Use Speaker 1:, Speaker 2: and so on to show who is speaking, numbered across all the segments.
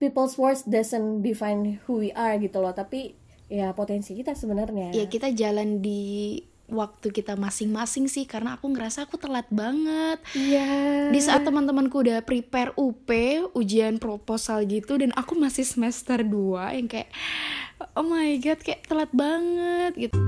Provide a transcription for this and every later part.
Speaker 1: people's words doesn't define who we are gitu loh, tapi ya potensi kita sebenarnya.
Speaker 2: Ya kita jalan di waktu kita masing-masing sih, karena aku ngerasa aku telat banget.
Speaker 1: Iya.
Speaker 2: Di saat teman-temanku udah prepare UP, ujian proposal gitu, dan aku masih semester 2 yang kayak oh my god, kayak telat banget gitu.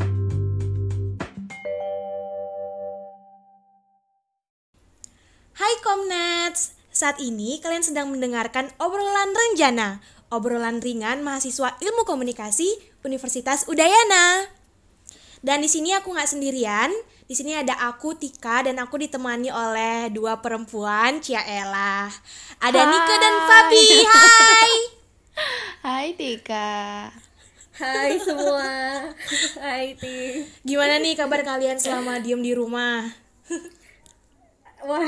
Speaker 3: Hai Komnats, saat ini kalian sedang mendengarkan obrolan Renjana, obrolan ringan mahasiswa Ilmu Komunikasi Universitas Udayana. Dan di sini aku nggak sendirian, di sini ada aku Tika dan aku ditemani oleh dua perempuan, Ciaelah. Ada Nika dan Fabi. Hai.
Speaker 2: Hai Tika.
Speaker 1: Hai semua. Hai Ti.
Speaker 3: Gimana nih kabar kalian selama diem di rumah?
Speaker 1: Wah,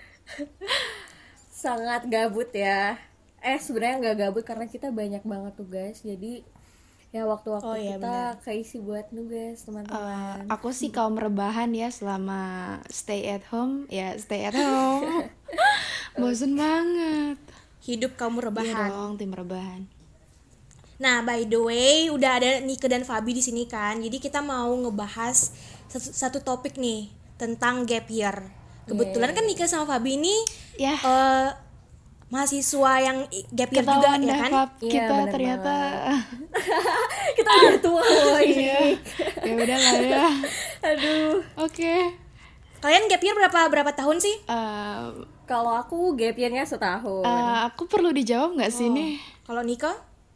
Speaker 1: sangat gabut ya. Sebenarnya nggak gabut karena kita banyak banget tugas. Jadi ya waktu-waktu kita keisi buat nugas teman-teman.
Speaker 2: Aku sih kaum rebahan ya selama stay at home. Ya stay at home. Bosen banget.
Speaker 3: Hidup kamu rebahan.
Speaker 2: Iya dong, tim rebahan.
Speaker 3: Nah, by the way, udah ada Nika dan Fabi di sini kan. Jadi kita mau ngebahas satu topik nih tentang gap year. Kebetulan kan Nika sama Fabi ini mahasiswa yang gap year juga ya kan?
Speaker 2: Kita ternyata
Speaker 1: kita udah tua loh ini.
Speaker 2: Ya udah lah ya.
Speaker 1: Aduh.
Speaker 2: Oke.
Speaker 3: Kalian gap year berapa tahun sih?
Speaker 1: Kalau aku gap year-nya setahun.
Speaker 2: Aku perlu dijawab nggak sih nih?
Speaker 3: Kalau Nika?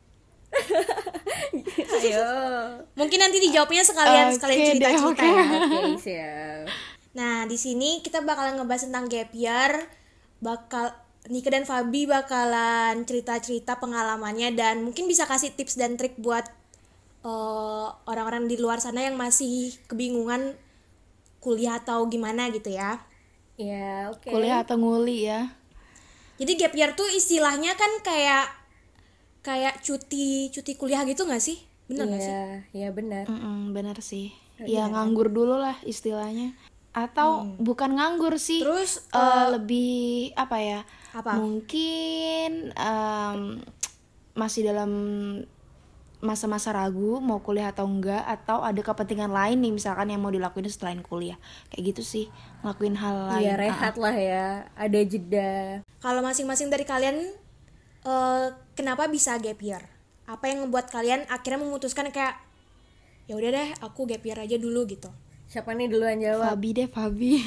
Speaker 1: Ayo.
Speaker 3: Mungkin nanti dijawabnya sekalian cerita-cerita ya.
Speaker 1: Oke, siap.
Speaker 3: Nah, di sini kita bakalan ngebahas tentang gap year. Nika dan Fabi bakalan cerita-cerita pengalamannya dan mungkin bisa kasih tips dan trik buat orang-orang di luar sana yang masih kebingungan kuliah atau gimana gitu ya.
Speaker 1: Ya, oke.
Speaker 2: Kuliah atau nguli ya.
Speaker 3: Jadi gap year tuh istilahnya kan kayak cuti kuliah gitu nggak sih? Benar nggak sih?
Speaker 1: Iya benar.
Speaker 2: Benar sih. Ya nganggur dulu lah istilahnya. Atau bukan nganggur sih.
Speaker 3: Terus
Speaker 2: lebih apa ya? Mungkin masih dalam masa-masa ragu mau kuliah atau enggak, atau ada kepentingan lain nih misalkan yang mau dilakuin selain kuliah. Kayak gitu sih, ngelakuin hal lain.
Speaker 1: Iya, rehat lah ya, ada jeda.
Speaker 3: Kalau masing-masing dari kalian kenapa bisa gap year? Apa yang membuat kalian akhirnya memutuskan kayak ya udah deh aku gap year aja dulu gitu?
Speaker 1: Siapa nih duluan jawab?
Speaker 2: Fabi.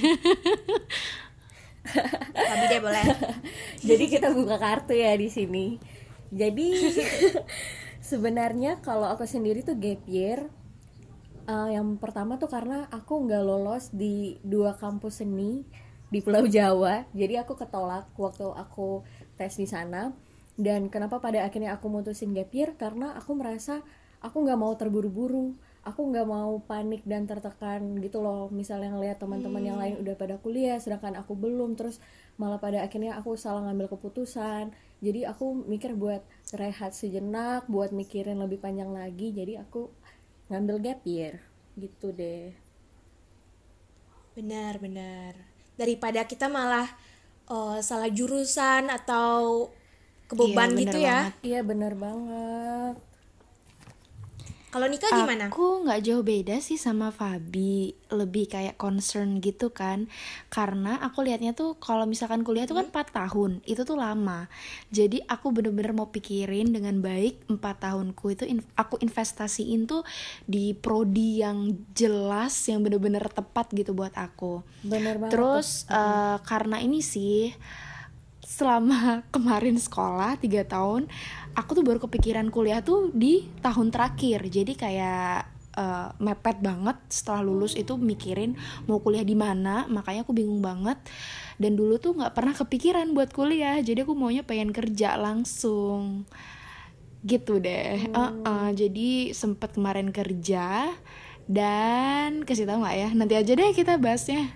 Speaker 3: Fabi deh boleh.
Speaker 1: Jadi kita buka kartu ya di sini. Jadi sebenarnya kalau aku sendiri tuh gap year yang pertama tuh karena aku nggak lolos di 2 kampus seni di Pulau Jawa. Jadi aku ketolak waktu aku tes di sana. Dan kenapa pada akhirnya aku mutusin gap year? Karena aku merasa aku nggak mau terburu-buru. Aku nggak mau panik dan tertekan gitu loh. Misalnya ngelihat teman-teman yang lain udah pada kuliah, sedangkan aku belum. Terus malah pada akhirnya aku salah ngambil keputusan. Jadi aku mikir buat rehat sejenak, buat mikirin lebih panjang lagi. Jadi aku ngambil gap year gitu deh.
Speaker 3: Benar. Daripada kita malah salah jurusan atau kebeban gitu ya.
Speaker 1: Iya benar banget.
Speaker 3: Kalau Nika gimana?
Speaker 2: Aku nggak jauh beda sih sama Fabi, lebih kayak concern gitu kan, karena aku lihatnya tuh kalau misalkan kuliah tuh kan 4 tahun, itu tuh lama. Jadi aku bener-bener mau pikirin dengan baik 4 tahunku itu aku investasiin tuh di prodi yang jelas, yang bener-bener tepat gitu buat aku.
Speaker 1: Bener banget.
Speaker 2: Terus karena ini sih selama kemarin sekolah 3 tahun, aku tuh baru kepikiran kuliah tuh di tahun terakhir. Jadi kayak mepet banget setelah lulus itu mikirin mau kuliah di mana, makanya aku bingung banget. Dan dulu tuh nggak pernah kepikiran buat kuliah, jadi aku maunya pengen kerja langsung gitu deh. Jadi sempet kemarin kerja dan kasih tahu nggak ya? Nanti aja deh kita bahasnya.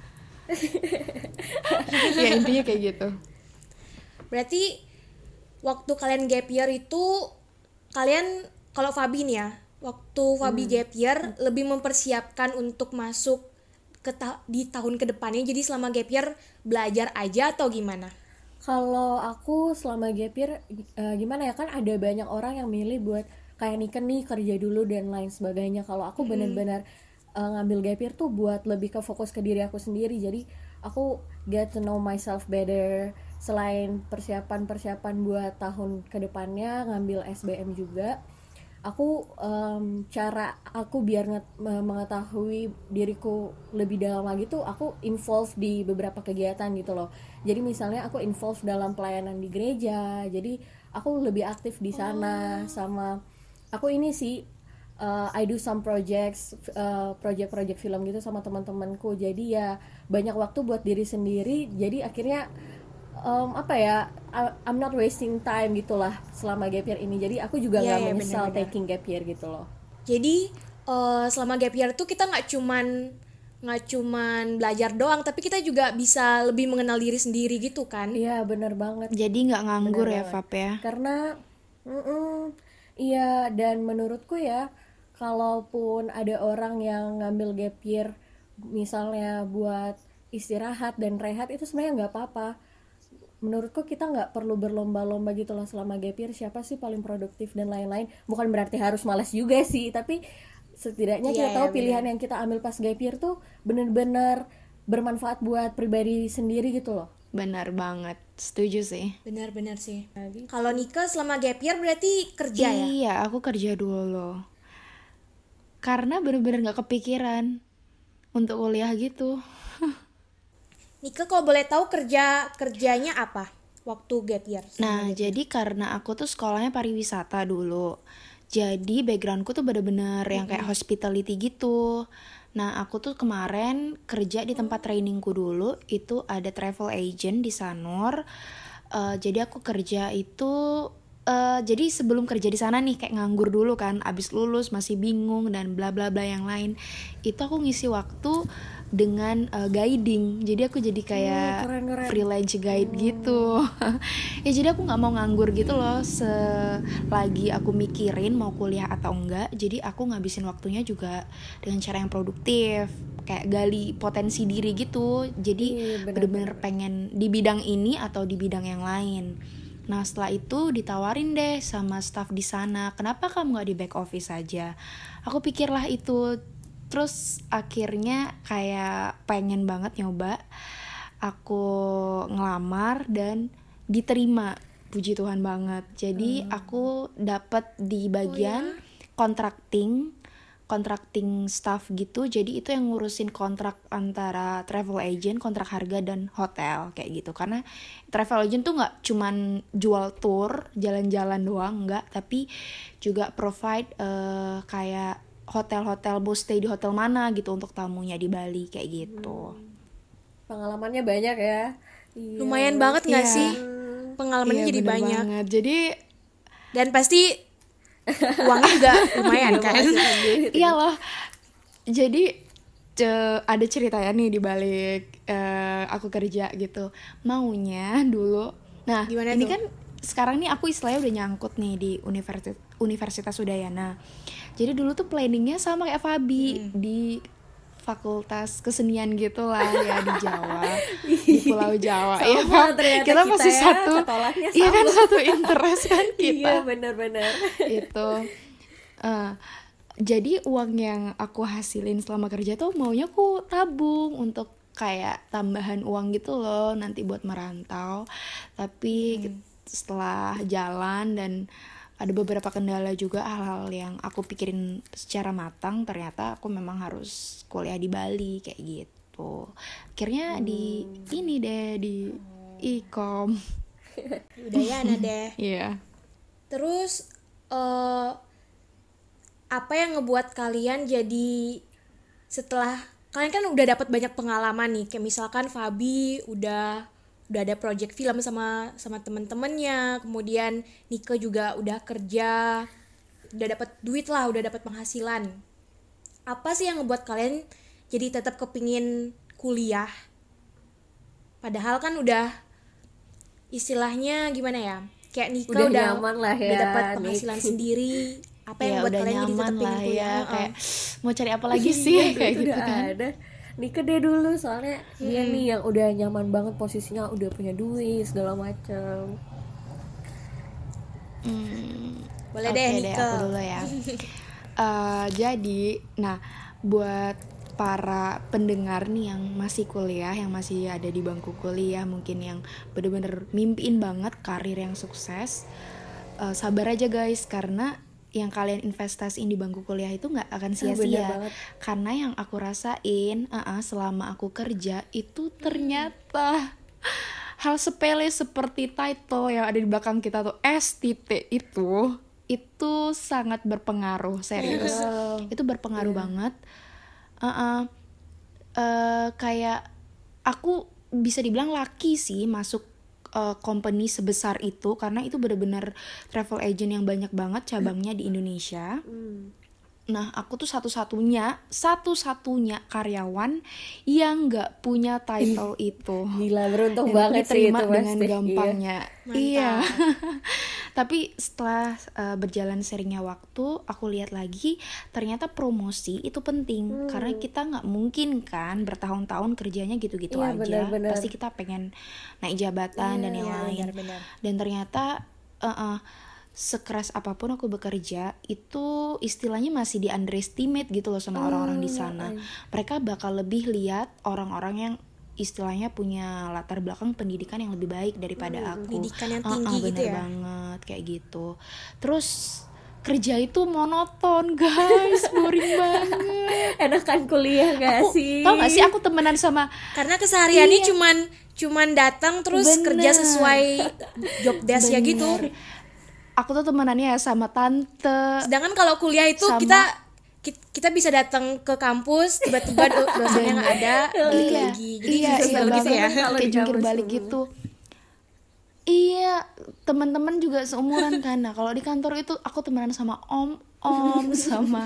Speaker 2: Ya intinya kayak gitu.
Speaker 3: Berarti waktu kalian gap year itu kalian, kalau Fabi nih ya, waktu Fabi gap year lebih mempersiapkan untuk masuk di tahun kedepannya, jadi selama gap year belajar aja atau gimana?
Speaker 1: Kalau aku selama gap year, gimana ya, kan ada banyak orang yang milih buat kayak Niken nih kerja dulu dan lain sebagainya. Kalau aku benar-benar ngambil gap year tuh buat lebih ke fokus ke diri aku sendiri. Jadi aku get to know myself better. Selain persiapan-persiapan buat tahun kedepannya ngambil SBM juga, aku cara aku biar mengetahui diriku lebih dalam lagi tuh aku involve di beberapa kegiatan gitu loh. Jadi misalnya aku involve dalam pelayanan di gereja, jadi aku lebih aktif di sana. Sama aku ini sih, I do some projects, project-project film gitu sama teman-temanku. Jadi ya banyak waktu buat diri sendiri. Jadi akhirnya apa ya, I'm not wasting time gitulah selama gap year ini. Jadi aku juga nggak menyesal taking gap year gitu loh.
Speaker 3: Jadi selama gap year tuh kita nggak cuman belajar doang, tapi kita juga bisa lebih mengenal diri sendiri gitu kan.
Speaker 1: Iya benar banget.
Speaker 2: Jadi nggak nganggur
Speaker 1: Benar
Speaker 2: ya
Speaker 1: banget.
Speaker 2: Fap ya.
Speaker 1: Karena iya, dan menurutku ya, kalaupun ada orang yang ngambil gap year misalnya buat istirahat dan rehat, itu sebenarnya nggak apa-apa. Menurutku kita nggak perlu berlomba-lomba gitu loh selama gap year, siapa sih paling produktif dan lain-lain. Bukan berarti harus malas juga sih, tapi setidaknya kita tahu pilihan yang kita ambil pas gap year tuh bener-bener bermanfaat buat pribadi sendiri gitu loh.
Speaker 2: Benar banget, setuju sih.
Speaker 3: Benar-benar sih. Kalau Nika selama gap year berarti kerja ya?
Speaker 2: Iya, aku kerja dulu. Karena bener-bener gak kepikiran untuk kuliah gitu.
Speaker 3: Nika kalau boleh tahu kerjanya apa waktu gap year?
Speaker 2: Nah, jadi karena aku tuh sekolahnya pariwisata dulu. Jadi backgroundku tuh bener-bener yang kayak hospitality gitu. Nah, aku tuh kemarin kerja di tempat trainingku dulu. Itu ada travel agent di Sanur. Jadi aku kerja itu... jadi sebelum kerja di sana nih kayak nganggur dulu kan, abis lulus masih bingung dan bla bla bla yang lain. Itu aku ngisi waktu dengan guiding. Jadi aku jadi kayak
Speaker 1: keren.
Speaker 2: freelance guide gitu. Ya jadi aku nggak mau nganggur gitu loh selagi aku mikirin mau kuliah atau enggak. Jadi aku ngabisin waktunya juga dengan cara yang produktif, kayak gali potensi diri gitu. Jadi bener-bener pengen di bidang ini atau di bidang yang lain. Nah setelah itu ditawarin deh sama staff di sana, kenapa kamu nggak di back office aja? Aku pikirlah itu, terus akhirnya kayak pengen banget nyoba. Aku ngelamar dan diterima, puji Tuhan banget. Jadi aku dapat di bagian contracting staff gitu. Jadi itu yang ngurusin kontrak antara travel agent, kontrak harga dan hotel kayak gitu. Karena travel agent tuh nggak cuman jual tour, jalan-jalan doang, nggak, tapi juga provide kayak hotel-hotel, mau stay di hotel mana gitu untuk tamunya di Bali kayak gitu.
Speaker 1: Pengalamannya banyak ya. Iya.
Speaker 3: Lumayan banget nggak
Speaker 2: Iya.
Speaker 3: sih? Pengalamannya jadi
Speaker 2: bener
Speaker 3: banyak.
Speaker 2: banget. Jadi
Speaker 3: Dan pasti uangnya juga lumayan kan?
Speaker 2: iya loh. Jadi ada ceritanya nih di balik aku kerja gitu. Maunya dulu. Nah,
Speaker 3: Gimana
Speaker 2: ini
Speaker 3: tuh?
Speaker 2: kan sekarang nih aku istilahnya udah nyangkut nih di Universitas Udayana. Jadi dulu tuh planningnya sama kayak Fabi di fakultas kesenian gitu lah ya di Jawa, di Pulau Jawa.
Speaker 1: Sama,
Speaker 2: Ya kan?
Speaker 1: ternyata
Speaker 2: Kita masih
Speaker 1: ya,
Speaker 2: satu,
Speaker 1: ketolaknya
Speaker 2: iya kan,
Speaker 1: sama.
Speaker 2: satu interest kan kita.
Speaker 1: Iya benar-benar.
Speaker 2: Itu jadi uang yang aku hasilin selama kerja tuh maunya aku tabung untuk kayak tambahan uang gitu loh nanti buat merantau. Tapi setelah jalan dan ada beberapa kendala juga, hal-hal yang aku pikirin secara matang, ternyata aku memang harus kuliah di Bali kayak gitu. Akhirnya di ini deh, di Ikom.
Speaker 3: Udayana deh.
Speaker 2: Iya.
Speaker 3: Terus apa yang ngebuat kalian jadi, setelah kalian kan udah dapat banyak pengalaman nih, kayak misalkan Fabi udah ada project film sama temen-temennya, kemudian Nika juga udah kerja, udah dapat duit lah, udah dapat penghasilan. Apa sih yang ngebuat kalian jadi tetap kepingin kuliah? Padahal kan udah istilahnya gimana ya? Kayak Nika
Speaker 1: Udah
Speaker 3: udah
Speaker 1: nyaman lah ya,
Speaker 3: udah dapat
Speaker 1: Nik.
Speaker 3: penghasilan sendiri. Apa yang
Speaker 2: Ya
Speaker 3: buat
Speaker 2: udah
Speaker 3: kalian jadi
Speaker 2: nyaman
Speaker 3: tetap
Speaker 2: lah
Speaker 3: pengen kuliah?
Speaker 2: ya, kayak mau cari apa lagi sih
Speaker 1: Iya,
Speaker 2: kayak
Speaker 1: itu
Speaker 2: gitu
Speaker 1: udah
Speaker 2: kan.
Speaker 1: ada. Nikah deh dulu, soalnya dia nih yang udah nyaman banget posisinya, udah punya duit segala macem.
Speaker 3: Boleh
Speaker 2: Oke
Speaker 3: deh
Speaker 2: deh,
Speaker 3: Nike.
Speaker 2: aku dulu ya. Jadi, nah buat para pendengar nih yang masih kuliah, yang masih ada di bangku kuliah, mungkin yang bener-bener mimpiin banget karir yang sukses, sabar aja guys, karena yang kalian investasiin di bangku kuliah itu nggak akan
Speaker 1: bener
Speaker 2: sia-sia.
Speaker 1: banget.
Speaker 2: Karena yang aku rasain selama aku kerja itu ternyata hal sepele seperti title yang ada di belakang kita tuh STT itu sangat berpengaruh, serius. Itu berpengaruh banget. Kayak aku bisa dibilang laki sih masuk company sebesar itu, karena itu benar-benar travel agent yang banyak banget cabangnya di Indonesia. Nah, aku tuh satu-satunya karyawan yang nggak punya title itu.
Speaker 1: Gila, beruntung
Speaker 2: Dan aku
Speaker 1: banget sih
Speaker 2: diterima
Speaker 1: itu
Speaker 2: dengan
Speaker 1: pasti.
Speaker 2: gampangnya.
Speaker 3: Mantap.
Speaker 2: Iya. Tapi setelah berjalan seringnya waktu, aku lihat lagi ternyata promosi itu penting. Karena kita nggak mungkin kan bertahun-tahun kerjanya gitu-gitu
Speaker 1: Iya,
Speaker 2: aja.
Speaker 1: benar-benar.
Speaker 2: Pasti kita pengen naik jabatan dan yang
Speaker 3: Iya,
Speaker 2: lain.
Speaker 3: benar-benar.
Speaker 2: Dan ternyata sekeras apapun aku bekerja, itu istilahnya masih di underestimate gitu loh sama orang-orang di sana. Mereka bakal lebih lihat orang-orang yang istilahnya punya latar belakang pendidikan yang lebih baik daripada aku.
Speaker 3: Pendidikan yang tinggi gitu
Speaker 2: bener
Speaker 3: ya.
Speaker 2: banget kayak gitu. Terus kerja itu monoton guys, boring banget.
Speaker 1: Enakan kuliah gak
Speaker 2: Aku
Speaker 1: sih?
Speaker 2: tau gak sih, aku temenan sama
Speaker 3: Karena kesehariannya
Speaker 2: Iya.
Speaker 3: cuman datang terus
Speaker 2: Bener.
Speaker 3: kerja sesuai job desk ya gitu.
Speaker 2: Bener. Aku tuh temenannya sama tante.
Speaker 3: Sedangkan kalau kuliah itu
Speaker 2: Sama-
Speaker 3: kita bisa datang ke kampus tiba-tiba dosennya nggak ada, balik
Speaker 2: Iya,
Speaker 3: lagi. Jadi
Speaker 2: iya,
Speaker 3: jungkir
Speaker 2: iya
Speaker 3: balik gitu ya.
Speaker 2: banget.
Speaker 1: Kalau
Speaker 2: Kayak
Speaker 1: di
Speaker 2: jungkir
Speaker 1: kampus
Speaker 2: balik
Speaker 1: tuh.
Speaker 2: gitu. Iya, teman-teman juga seumuran kan. Nah, kalau di kantor itu aku temenan sama om-om, sama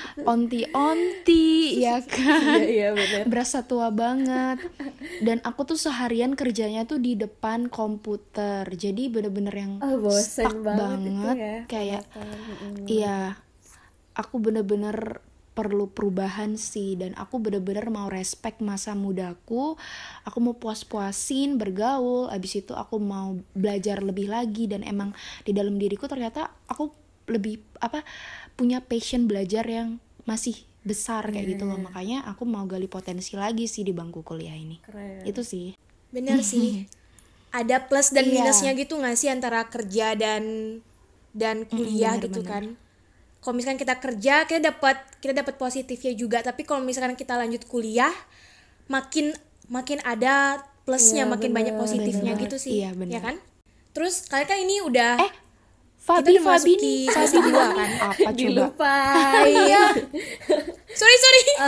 Speaker 2: onti-onti, ya kan.
Speaker 1: Iya, bener.
Speaker 2: Berasa tua banget. Dan aku tuh seharian kerjanya tuh di depan komputer. Jadi bener-bener yang
Speaker 1: Bosen
Speaker 2: stuck
Speaker 1: banget itu
Speaker 2: banget.
Speaker 1: ya.
Speaker 2: Kayak iya, aku bener-bener perlu perubahan sih, dan aku bener-bener mau respect masa mudaku. Aku mau puas-puasin bergaul, abis itu aku mau belajar lebih lagi, dan emang di dalam diriku ternyata aku lebih punya passion belajar yang masih besar kayak gitu loh. Makanya aku mau gali potensi lagi sih di bangku kuliah ini.
Speaker 1: Keren.
Speaker 2: Itu sih.
Speaker 3: Bener sih. Ada plus dan
Speaker 2: Iya.
Speaker 3: minusnya gitu nggak sih antara kerja dan kuliah gitu kan. Kalau misalkan kita kerja kita dapat positifnya juga, tapi kalau misalkan kita lanjut kuliah makin ada plusnya,
Speaker 1: Iya,
Speaker 3: makin
Speaker 1: bener,
Speaker 3: banyak positifnya
Speaker 2: bener.
Speaker 3: gitu sih.
Speaker 2: Iya, bener.
Speaker 3: Ya kan? Terus kalian kan ini udah
Speaker 2: Fabi
Speaker 3: udah masuki
Speaker 2: nih,
Speaker 3: semester 2 kan?
Speaker 2: apa coba?
Speaker 1: Dilupain.
Speaker 3: Iya. Sorry.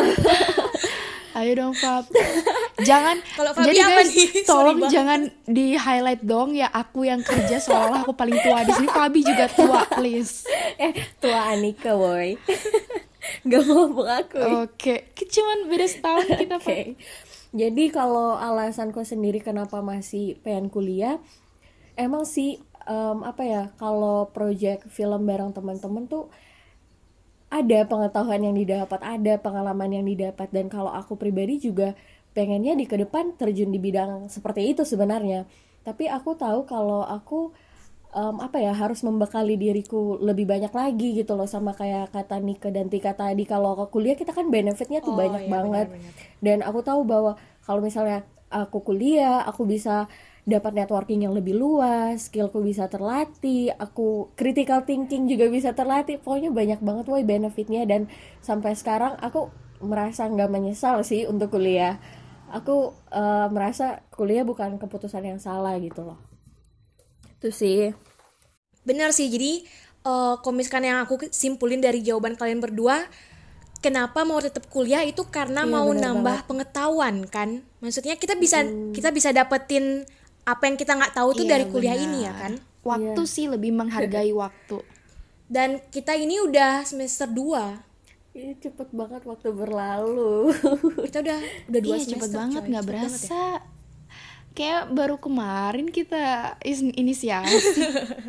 Speaker 2: Ayo dong Fab. Jangan.
Speaker 3: Kalau Fabi
Speaker 2: Jadi
Speaker 3: apa
Speaker 2: guys,
Speaker 3: nih? Sorry
Speaker 2: tolong
Speaker 3: banget.
Speaker 2: jangan di highlight dong ya aku yang kerja seolah aku paling tua di sini. Fabi juga tua, please.
Speaker 1: Tua Anika boy. Gak mau mengakui.
Speaker 2: Oke, cuman beda setahun kita Fab.
Speaker 1: Oke. Jadi kalau alasanku sendiri kenapa masih pengen kuliah, emang sih kalau project film bareng teman-teman tuh ada pengetahuan yang didapat, ada pengalaman yang didapat, dan kalau aku pribadi juga pengennya di ke depan terjun di bidang seperti itu sebenarnya. Tapi aku tahu kalau aku harus membekali diriku lebih banyak lagi gitu loh, sama kayak kata Nika dan Tika tadi, kalau ke kuliah kita kan benefitnya tuh banyak
Speaker 3: iya,
Speaker 1: banget.
Speaker 3: benar-benar.
Speaker 1: Dan aku tahu bahwa kalau misalnya aku kuliah, aku bisa dapat networking yang lebih luas, skillku bisa terlatih, aku critical thinking juga bisa terlatih. Pokoknya banyak banget woy benefitnya, dan sampai sekarang aku merasa nggak menyesal sih untuk kuliah. Aku merasa kuliah bukan keputusan yang salah gitu loh. Itu sih.
Speaker 3: Benar sih, jadi kalau misalkan yang aku simpulin dari jawaban kalian berdua, kenapa mau tetap kuliah itu karena
Speaker 1: Iya,
Speaker 3: mau
Speaker 1: benar
Speaker 3: nambah pengetahuan kan. Maksudnya kita bisa dapetin apa yang kita nggak tahu tuh
Speaker 2: Iya,
Speaker 3: dari kuliah
Speaker 2: benar.
Speaker 3: ini ya kan.
Speaker 2: Waktu sih lebih menghargai waktu.
Speaker 3: Dan kita ini udah semester 2.
Speaker 1: Ini cepet banget waktu berlalu.
Speaker 3: Kita udah 2
Speaker 2: Iya,
Speaker 3: semester.
Speaker 2: cepet banget,
Speaker 3: coy.
Speaker 2: nggak
Speaker 3: Cepet banget ya.
Speaker 2: berasa. Kayak baru kemarin kita inisiasi.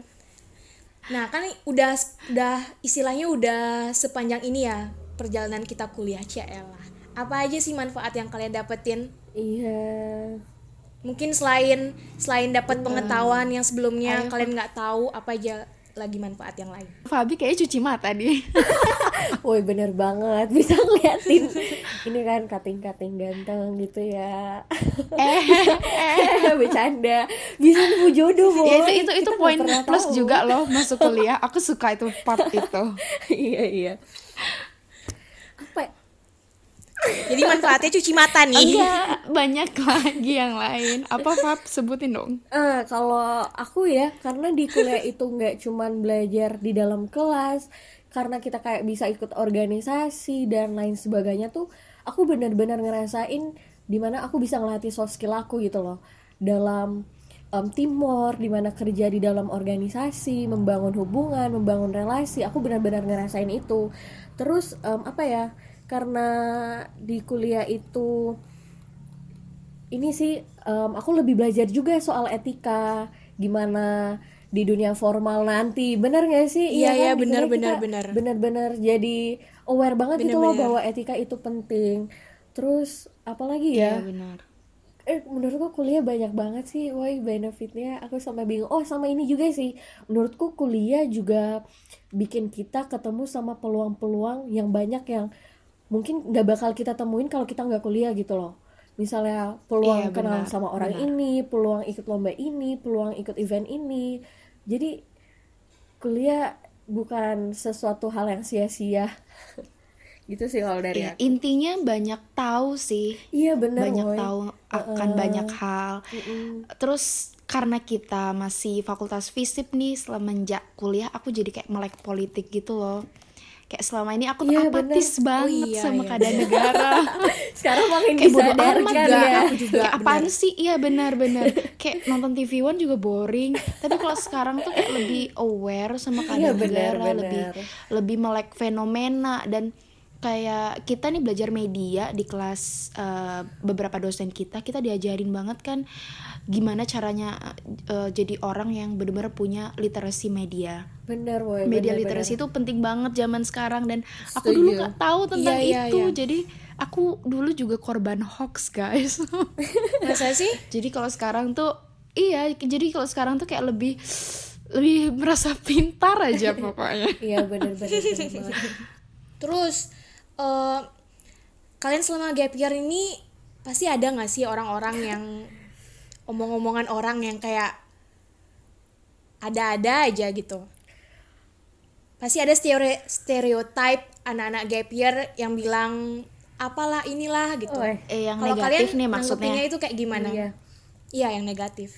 Speaker 3: Nah, kan udah istilahnya udah sepanjang ini ya perjalanan kita kuliah, Cialah. Apa aja sih manfaat yang kalian dapetin?
Speaker 1: Iya.
Speaker 3: Mungkin selain dapat pengetahuan yang sebelumnya kalian nggak tahu, apa aja lagi manfaat yang lain?
Speaker 2: Fabi kayaknya cuci mata nih.
Speaker 1: Woi bener banget, bisa ngeliatin ini kan kating-kating ganteng gitu ya. Bercanda, bisa nemu jodoh boy.
Speaker 2: Ya itu
Speaker 1: Kita nggak
Speaker 2: poin
Speaker 1: pernah
Speaker 2: plus
Speaker 1: tahu.
Speaker 2: juga loh masuk kuliah. Aku suka itu part itu.
Speaker 1: Iya. Apa ya?
Speaker 3: Jadi manfaatnya cuci mata nih.
Speaker 2: Enggak, banyak lagi yang lain. Apa Fab, sebutin dong.
Speaker 1: Kalau aku ya, karena di kuliah itu nggak cuman belajar di dalam kelas, karena kita kayak bisa ikut organisasi dan lain sebagainya tuh, aku benar-benar ngerasain dimana aku bisa ngelatih soft skill aku gitu loh, dalam teamwork, dimana kerja di dalam organisasi, membangun hubungan, membangun relasi, aku benar-benar ngerasain itu. Terus apa ya? Karena di kuliah itu ini sih aku lebih belajar juga soal etika, gimana di dunia formal nanti, bener gak sih?
Speaker 3: Iya,
Speaker 1: kan? Di
Speaker 3: bener,
Speaker 1: kuliah kita
Speaker 3: bener.
Speaker 1: bener-bener jadi aware banget gitu loh
Speaker 3: Bener-bener.
Speaker 1: bahwa etika itu penting. Terus apalagi ya?
Speaker 2: Iya benar.
Speaker 1: Menurutku kuliah banyak banget sih, woi benefitnya. Aku sampai bingung. Oh sama ini juga sih, menurutku kuliah juga bikin kita ketemu sama peluang-peluang yang banyak yang mungkin nggak bakal kita temuin kalau kita nggak kuliah gitu loh. Misalnya peluang
Speaker 2: Iya,
Speaker 1: kenal
Speaker 2: benar,
Speaker 1: sama orang
Speaker 2: benar.
Speaker 1: ini, peluang ikut lomba ini, peluang ikut event ini. Jadi kuliah bukan sesuatu hal yang sia-sia. Gitu sih kalau dari
Speaker 2: Ya,
Speaker 1: aku.
Speaker 2: intinya banyak tahu sih.
Speaker 1: Iya bener
Speaker 2: Banyak
Speaker 1: woy.
Speaker 2: tahu akan banyak hal. Terus karena kita masih fakultas FISIP nih, semenjak kuliah aku jadi kayak melek politik gitu loh. Kayak selama ini aku tuh
Speaker 1: Iya,
Speaker 2: apatis
Speaker 1: bener.
Speaker 2: banget
Speaker 3: Oh, iya,
Speaker 2: sama
Speaker 3: iya.
Speaker 2: keadaan negara.
Speaker 1: Sekarang makin
Speaker 2: Kayak bodo
Speaker 1: disadarkan
Speaker 2: amat
Speaker 1: ya.
Speaker 2: gak,
Speaker 3: aku juga,
Speaker 2: kayak apaan
Speaker 3: benar.
Speaker 2: sih, iya benar-benar kayak nonton TV One juga boring, tapi kalau sekarang tuh kayak lebih aware sama
Speaker 1: Iya,
Speaker 2: keadaan
Speaker 1: benar,
Speaker 2: negara,
Speaker 1: benar.
Speaker 2: lebih melek fenomena. Dan kayak kita nih belajar media di kelas, beberapa dosen kita diajarin banget kan gimana caranya jadi orang yang benar-benar punya literasi media.
Speaker 1: Bener woy.
Speaker 2: Media
Speaker 1: bener,
Speaker 2: literasi
Speaker 1: bener.
Speaker 2: itu penting banget zaman sekarang, dan aku
Speaker 1: Setuju.
Speaker 2: dulu nggak tahu tentang
Speaker 3: Iya,
Speaker 2: itu.
Speaker 3: iya.
Speaker 2: Jadi aku dulu juga korban hoax guys.
Speaker 3: Masa sih?
Speaker 2: Jadi kalau sekarang tuh jadi kalau sekarang tuh kayak lebih merasa pintar aja pokoknya.
Speaker 1: Iya bener-bener.
Speaker 3: Terus kalian selama gap year ini pasti ada nggak sih orang-orang yang omong-omongan orang yang kayak ada-ada aja gitu? Pasti ada stereotype anak-anak gap year yang bilang apalah inilah gitu.
Speaker 1: Oh,
Speaker 2: Yang
Speaker 3: Kalau
Speaker 2: negatif
Speaker 3: kalian
Speaker 2: nih maksudnya.
Speaker 3: nanggepinnya itu kayak gimana?
Speaker 1: Iya.
Speaker 3: Iya, yang negatif.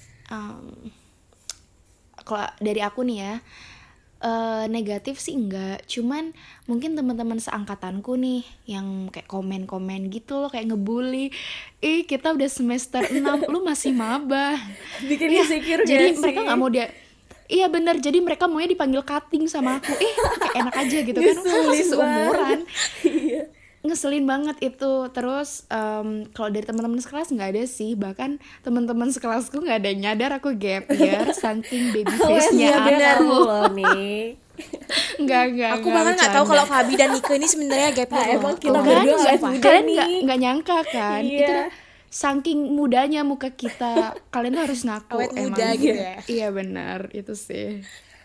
Speaker 2: Kalau dari aku nih ya, negatif sih enggak, cuman mungkin teman-teman seangkatanku nih yang kayak komen-komen gitu loh, kayak ngebully, kita udah semester 6 lu masih maba.
Speaker 1: Bikin
Speaker 2: Iya,
Speaker 1: insecure
Speaker 2: jadi
Speaker 1: gak
Speaker 2: mereka
Speaker 1: sih?
Speaker 2: nggak mau dia. Iya benar, jadi mereka maunya dipanggil cutting sama aku. Kayak enak aja gitu kan, kan masih
Speaker 1: Ngeselin
Speaker 2: seumuran.
Speaker 1: Iya.
Speaker 2: Ngeselin banget itu. Terus kalau dari teman-teman sekelas nggak ada sih, bahkan teman-teman sekelasku nggak ada yang nyadar aku gap year saking baby face-nya
Speaker 1: Bener
Speaker 2: aku.
Speaker 1: loh nih.
Speaker 2: Nggak.
Speaker 3: Aku bahkan nggak tahu kalau Fabi dan Nike ini sebenarnya gap year.
Speaker 1: Emang
Speaker 3: loh.
Speaker 1: kita
Speaker 3: Tuh,
Speaker 1: berdua
Speaker 3: kan?
Speaker 1: awet
Speaker 3: Sumpah.
Speaker 1: muda
Speaker 2: kalian
Speaker 1: nih.
Speaker 2: nggak nyangka kan?
Speaker 1: Iya.
Speaker 2: Itu udah saking mudanya muka kita, kalian tuh harus ngaku
Speaker 3: Awet
Speaker 2: emang.
Speaker 3: muda gitu ya.
Speaker 2: Iya benar, itu sih.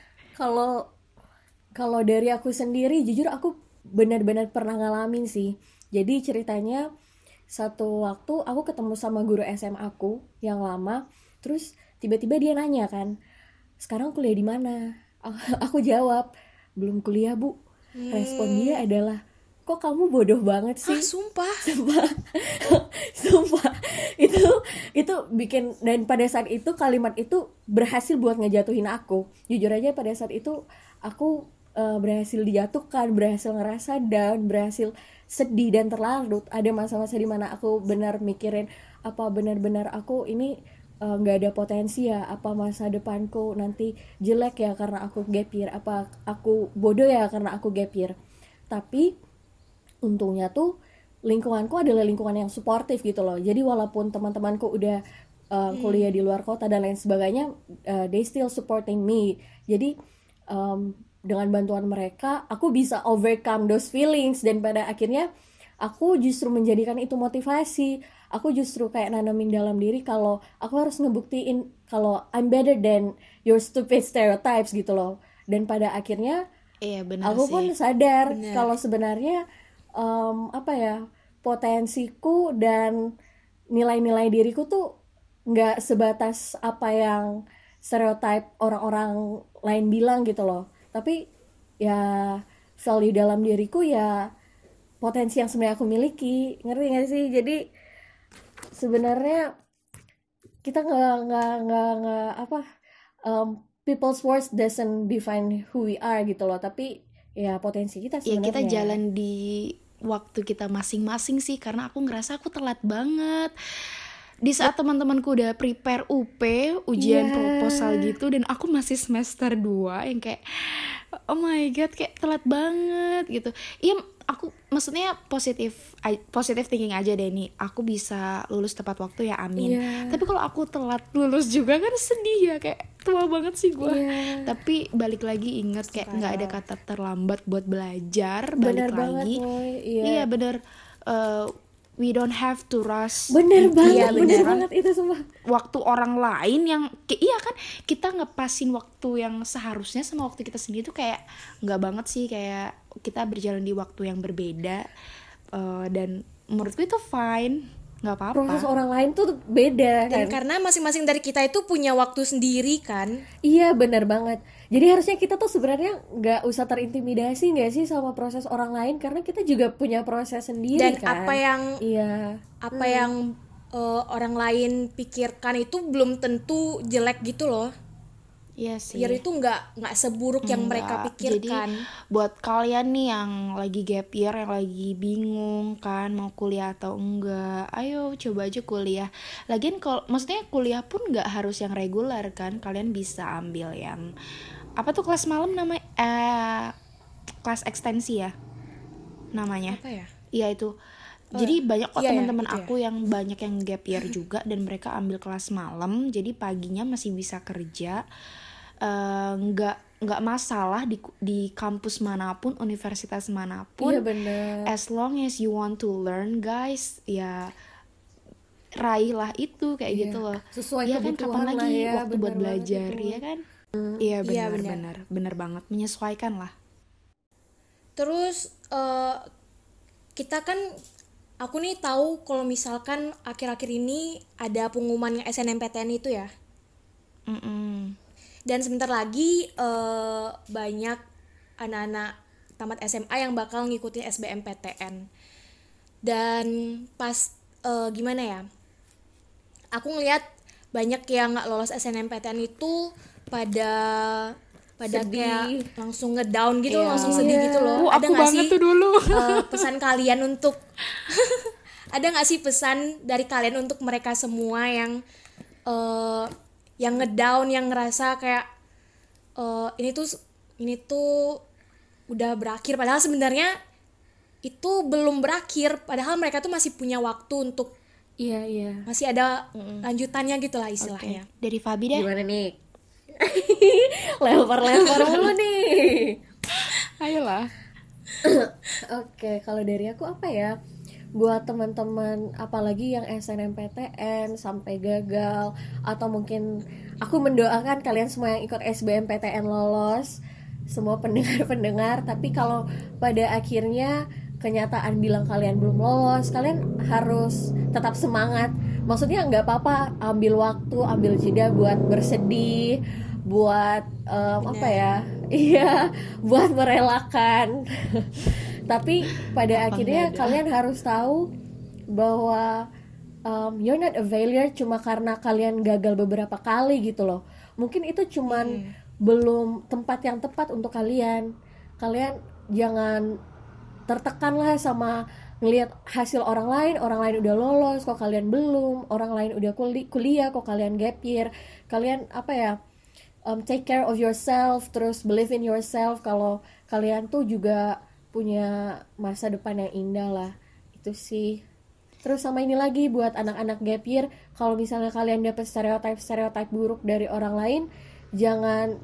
Speaker 1: Kalau dari aku sendiri jujur aku benar-benar pernah ngalamin sih. Jadi ceritanya satu waktu aku ketemu sama guru SMA aku yang lama, terus tiba-tiba dia nanya kan, sekarang kuliah di mana? Aku jawab, belum kuliah bu. Respon dia adalah, kok kamu bodoh banget sih?
Speaker 3: Ah, sumpah.
Speaker 1: Sumpah itu bikin, dan pada saat itu kalimat itu berhasil buat ngejatuhin aku. Jujur aja pada saat itu aku berhasil dijatuhkan, berhasil ngerasa down, berhasil sedih dan terlarut. Ada masa-masa dimana aku benar mikirin, apa benar-benar aku ini nggak ada potensi ya, apa masa depanku nanti jelek ya karena aku gap year, apa aku bodoh ya karena aku gap year. Tapi untungnya tuh lingkunganku adalah lingkungan yang suportif gitu loh. Jadi walaupun teman-temanku udah kuliah di luar kota dan lain sebagainya, they still supporting me. Jadi dengan bantuan mereka aku bisa overcome those feelings, dan pada akhirnya aku justru menjadikan itu motivasi. Aku justru kayak nanamin dalam diri kalau aku harus ngebuktiin kalau I'm better than your stupid stereotypes gitu loh. Dan pada akhirnya
Speaker 2: Iya benar
Speaker 1: aku
Speaker 2: sih.
Speaker 1: pun sadar
Speaker 3: Bener.
Speaker 1: kalau sebenarnya apa ya, potensiku dan nilai-nilai diriku tuh nggak sebatas apa yang stereotype orang-orang lain bilang gitu loh. Tapi ya value dalam diriku ya potensi yang sebenarnya aku miliki, ngerti nggak sih? Jadi sebenarnya kita nggak apa, people's words doesn't define who we are gitu loh, tapi ya potensi kita
Speaker 2: Ya
Speaker 1: sebenarnya.
Speaker 2: kita jalan di waktu kita masing-masing sih, karena aku ngerasa aku telat banget di saat teman-temanku udah prepare UP ujian proposal gitu, dan aku masih semester 2 yang kayak oh my god, kayak telat banget gitu. Iya, aku maksudnya positif thinking aja deh nih, aku bisa lulus tepat waktu ya, amin. Tapi kalau aku telat lulus juga kan sedih ya, kayak tua banget sih gue. Tapi balik lagi inget kayak nggak ada kata terlambat buat belajar.
Speaker 1: Bener
Speaker 2: balik
Speaker 1: banget,
Speaker 2: lagi
Speaker 1: Boy. Iya.
Speaker 2: Iya bener. We don't have to rush.
Speaker 1: Bener banget,
Speaker 3: Iya,
Speaker 1: bener
Speaker 3: bener.
Speaker 1: banget itu semua.
Speaker 2: Waktu orang lain yang iya kan, kita ngepasin waktu yang seharusnya sama waktu kita sendiri tuh kayak nggak banget sih, kayak kita berjalan di waktu yang berbeda. Dan menurutku itu fine, nggak apa-apa.
Speaker 1: Proses orang lain tuh beda
Speaker 3: Dan
Speaker 1: kan.
Speaker 3: karena masing-masing dari kita itu punya waktu sendiri kan.
Speaker 1: Iya bener banget. Jadi harusnya kita tuh sebenarnya nggak usah terintimidasi nggak sih sama proses orang lain, karena kita juga punya proses sendiri
Speaker 3: Dan
Speaker 1: kan.
Speaker 3: apa yang orang lain pikirkan itu belum tentu jelek gitu loh.
Speaker 2: Iya sih.
Speaker 3: Biar itu nggak seburuk yang mereka
Speaker 2: Enggak.
Speaker 3: pikirkan.
Speaker 2: Jadi buat kalian nih yang lagi gap year, yang lagi bingung kan mau kuliah atau enggak, ayo coba aja kuliah. Lagian kalau maksudnya kuliah pun nggak harus yang reguler kan, kalian bisa ambil yang apa tuh kelas malam namanya, kelas ekstensi ya namanya.
Speaker 3: Apa ya?
Speaker 2: Iya itu. Jadi banyak kok
Speaker 3: iya ya,
Speaker 2: teman-teman
Speaker 3: itu ya.
Speaker 2: aku yang banyak yang gap year juga, dan mereka ambil kelas malam, jadi paginya masih bisa kerja. Nggak masalah di kampus manapun, universitas manapun.
Speaker 1: Iya bener.
Speaker 2: As long as you want to learn guys, ya raihlah itu kayak gitu loh.
Speaker 1: Sesuai
Speaker 2: Ya kan,
Speaker 1: kebutuhan
Speaker 2: kapan
Speaker 1: lah
Speaker 2: lagi
Speaker 1: ya,
Speaker 2: waktu buat
Speaker 1: bener banget
Speaker 2: belajar
Speaker 1: itu.
Speaker 2: ya kan. Iya
Speaker 3: Iya,
Speaker 2: benar banget, menyesuaikan lah.
Speaker 3: Terus kita kan, aku nih tahu kalau misalkan akhir-akhir ini ada pengumuman SNMPTN itu ya. Dan sebentar lagi banyak anak-anak tamat SMA yang bakal ngikutin SBMPTN. Dan pas gimana ya, aku ngeliat banyak yang nggak lolos SNMPTN itu pada
Speaker 1: Sedih.
Speaker 3: kayak langsung ngedown gitu,
Speaker 1: Iya.
Speaker 3: langsung sedih gitu loh. Ada
Speaker 2: Aku
Speaker 3: nggak
Speaker 2: banget
Speaker 3: sih
Speaker 2: tuh dulu.
Speaker 3: pesan kalian untuk ada nggak sih pesan dari kalian untuk mereka semua yang ngedown, yang ngerasa kayak ini tuh udah berakhir, padahal sebenarnya itu belum berakhir, padahal mereka tuh masih punya waktu untuk
Speaker 1: Iya.
Speaker 3: masih ada lanjutannya gitu lah istilahnya.
Speaker 2: Dari Fabi deh.
Speaker 1: Gimana nih? Lempar dulu nih.
Speaker 2: Ayolah.
Speaker 1: Oke, kalau dari aku apa ya? Buat teman-teman apalagi yang SNMPTN sampai gagal, atau mungkin aku mendoakan kalian semua yang ikut SBMPTN lolos, semua pendengar-pendengar. Tapi kalau pada akhirnya kenyataan bilang kalian belum lolos, kalian harus tetap semangat. Maksudnya nggak apa-apa ambil waktu, ambil jeda buat bersedih, buat apa ya? Iya, buat merelakan. Tapi pada akhirnya kalian harus tahu bahwa you're not a failure cuma karena kalian gagal beberapa kali gitu loh. Mungkin itu cuman belum tempat yang tepat untuk kalian. Kalian jangan tertekan lah sama ngelihat hasil orang lain udah lolos kok kalian belum, orang lain udah kuliah kok kalian gap year. Kalian apa ya, take care of yourself, terus believe in yourself kalau kalian tuh juga punya masa depan yang indah lah. Itu sih. Terus sama ini lagi buat anak-anak gap year, kalau misalnya kalian dapet stereotip buruk dari orang lain, jangan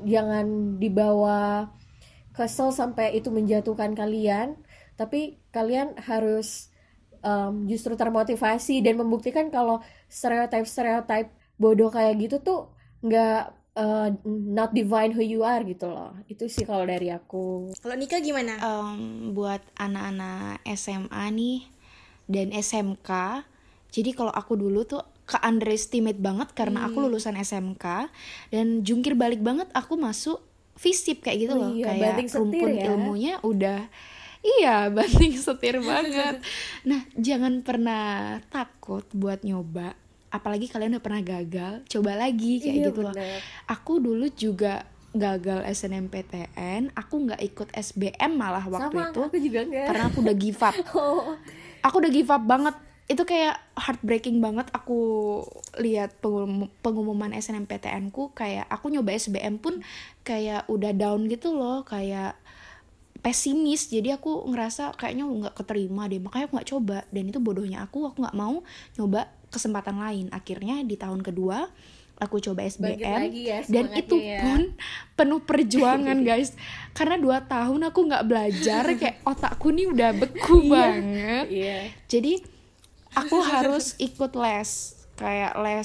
Speaker 1: dibawa kesel sampai itu menjatuhkan kalian, tapi kalian harus justru termotivasi dan membuktikan kalau stereotype bodoh kayak gitu tuh nggak not define who you are gitu loh. Itu sih kalau dari aku.
Speaker 3: Kalau Nika gimana?
Speaker 2: Buat anak-anak SMA nih dan SMK, jadi kalau aku dulu tuh ke-underestimate banget karena aku lulusan SMK dan jungkir balik banget aku masuk FISIP kayak gitu loh.
Speaker 1: Iya,
Speaker 2: Kayak
Speaker 1: banting setir
Speaker 2: rumpun
Speaker 1: ya.
Speaker 2: ilmunya udah banting setir banget. Nah, jangan pernah takut buat nyoba. Apalagi kalian udah pernah gagal, coba lagi kayak
Speaker 1: Iya,
Speaker 2: gitu loh.
Speaker 1: bener.
Speaker 2: Aku dulu juga gagal SNMPTN, aku nggak ikut SBM malah waktu
Speaker 1: Sama,
Speaker 2: itu
Speaker 1: aku juga nggak.
Speaker 2: karena aku udah give up.
Speaker 1: Oh,
Speaker 2: Aku udah give up banget. Itu kayak heartbreaking banget. Aku lihat pengumuman SNMPTN ku, kayak aku nyoba SBM pun kayak udah down gitu loh, kayak pesimis. Jadi aku ngerasa kayaknya nggak keterima deh, makanya aku nggak coba. Dan itu bodohnya aku nggak mau nyoba kesempatan lain. Akhirnya di tahun kedua aku coba SBM
Speaker 1: lagi ya
Speaker 2: dan
Speaker 1: semangatnya
Speaker 2: itu
Speaker 1: ya.
Speaker 2: pun penuh perjuangan guys, karena 2 tahun aku nggak belajar, kayak otakku nih udah beku banget.
Speaker 1: iya.
Speaker 2: Jadi aku harus ikut les, kayak les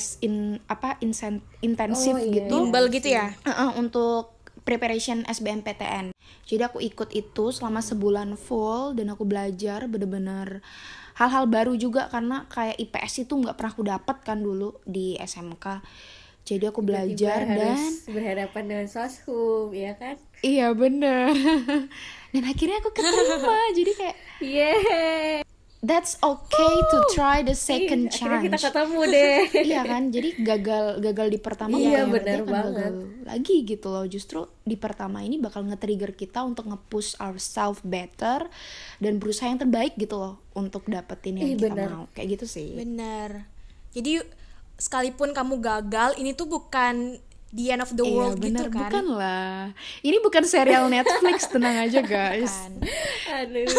Speaker 2: intensif
Speaker 1: Oh, iya.
Speaker 2: gitu.
Speaker 3: Bimbel gitu ya?
Speaker 2: Untuk preparation SBMPTN. Jadi aku ikut itu selama sebulan full dan aku belajar bener-bener hal-hal baru juga, karena kayak IPS itu nggak pernah aku dapet kan dulu di SMK. Jadi aku belajar
Speaker 1: Tiba-tiba
Speaker 2: dan
Speaker 1: harus berhadapan dengan soshum, ya kan?
Speaker 2: iya bener. Dan akhirnya aku keterima. Jadi kayak
Speaker 1: Yeay.
Speaker 2: that's okay to try the second
Speaker 1: Akhirnya kita
Speaker 2: chance.
Speaker 1: ketemu deh.
Speaker 2: Iya kan, jadi gagal di pertama
Speaker 1: Iya,
Speaker 2: bukan berarti
Speaker 1: benar
Speaker 2: akan
Speaker 1: banget.
Speaker 2: gagal lagi gitu loh. Justru di pertama ini bakal nge-trigger kita untuk nge-push ourselves better dan berusaha yang terbaik gitu loh untuk dapetin yang kita
Speaker 1: benar.
Speaker 2: mau. Kayak gitu sih.
Speaker 3: Bener. Jadi sekalipun kamu gagal, ini tuh bukan the end of the
Speaker 2: Iya
Speaker 3: world
Speaker 2: benar,
Speaker 3: gitu kan?
Speaker 2: bukan lah. Ini bukan serial Netflix, tenang aja guys.
Speaker 3: Kan.
Speaker 1: Aduh.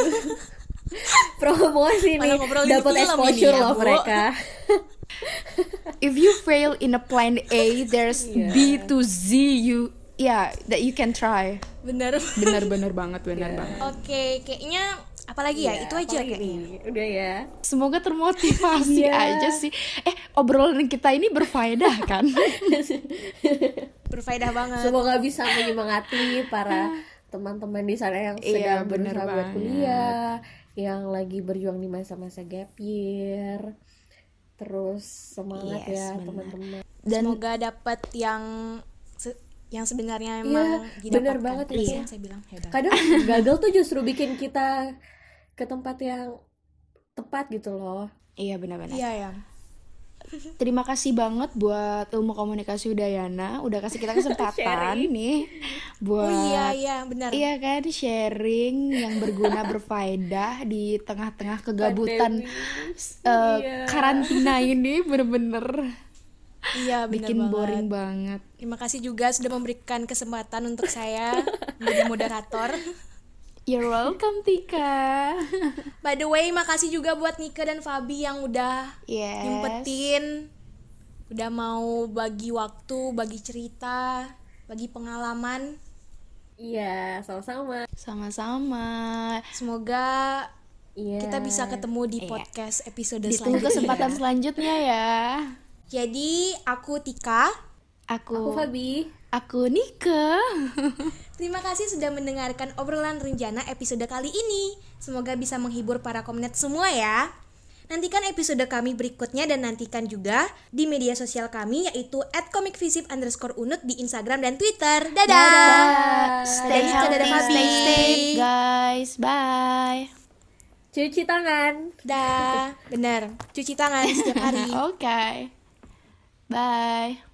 Speaker 1: Promosi
Speaker 3: Malah
Speaker 1: nih,
Speaker 3: ngobrolin
Speaker 1: dapat
Speaker 3: film
Speaker 1: exposure
Speaker 3: ini ya,
Speaker 1: loh
Speaker 3: Bu.
Speaker 1: mereka.
Speaker 2: If you fail in a plan A, there's
Speaker 1: Iya.
Speaker 2: B to Z that you can try.
Speaker 3: Bener.
Speaker 2: Benar banget, benar banget.
Speaker 3: Oke, kayaknya apalagi ya?
Speaker 1: Iya,
Speaker 3: Itu aja
Speaker 1: apalagi
Speaker 3: kayaknya.
Speaker 1: nih? Udah ya.
Speaker 2: Semoga termotivasi
Speaker 1: Iya.
Speaker 2: aja sih. Obrolan kita ini berfaedah kan?
Speaker 3: Berfaedah banget.
Speaker 1: Semoga bisa menyemangati para teman-teman di sana yang
Speaker 2: Iya,
Speaker 1: sedang
Speaker 2: bener
Speaker 1: berusaha buat
Speaker 2: banget.
Speaker 1: kuliah, yang lagi berjuang di masa-masa gap year. Terus semangat
Speaker 2: Yes,
Speaker 1: ya
Speaker 2: bener.
Speaker 1: teman-teman.
Speaker 2: Dan
Speaker 3: Semoga dapat yang sebenarnya
Speaker 1: Iya,
Speaker 3: emang
Speaker 1: bener
Speaker 3: didapatkan.
Speaker 1: banget itu.
Speaker 3: Iya, saya bilang. Ya udah.
Speaker 1: Kadang gagal tuh justru bikin kita ke tempat yang tepat gitu loh.
Speaker 2: iya benar-benar.
Speaker 3: Iya ya.
Speaker 2: Terima kasih banget buat Ilmu Komunikasi Udayana udah kasih kita kesempatan nih buat
Speaker 3: Oh iya benar.
Speaker 2: iya kan, sharing yang berguna berfaedah di tengah-tengah kegabutan
Speaker 1: Iya.
Speaker 2: karantina ini, bener-bener
Speaker 3: Iya, benar
Speaker 2: bikin
Speaker 3: banget.
Speaker 2: boring banget.
Speaker 3: Terima kasih juga sudah memberikan kesempatan untuk saya menjadi moderator.
Speaker 2: You're welcome Tika.
Speaker 3: By the way, makasih juga buat Nika dan Fabi yang udah
Speaker 2: Yes.
Speaker 3: nyempetin, udah mau bagi waktu, bagi cerita, bagi pengalaman.
Speaker 1: Iya, sama-sama.
Speaker 2: Sama-sama.
Speaker 3: Semoga
Speaker 1: Iya.
Speaker 3: kita bisa ketemu di
Speaker 2: Iya.
Speaker 3: podcast episode
Speaker 2: Ditunggu
Speaker 3: selanjutnya.
Speaker 2: kesempatan selanjutnya ya.
Speaker 3: Jadi, aku Tika.
Speaker 1: Aku
Speaker 2: Aku
Speaker 1: Fabi.
Speaker 2: Nika.
Speaker 3: Terima kasih sudah mendengarkan obrolan rencana episode kali ini. Semoga bisa menghibur para komunitas semua ya. Nantikan episode kami berikutnya dan nantikan juga di media sosial kami yaitu @comicvisip_unut di Instagram dan Twitter. Dadah!
Speaker 1: Dadah.
Speaker 2: Stay
Speaker 3: Dadah,
Speaker 2: healthy,
Speaker 3: dadah, Fabi.
Speaker 2: stay safe guys. Bye.
Speaker 1: Cuci tangan.
Speaker 3: Dah, bener. Cuci tangan setiap hari.
Speaker 2: Okay. Bye.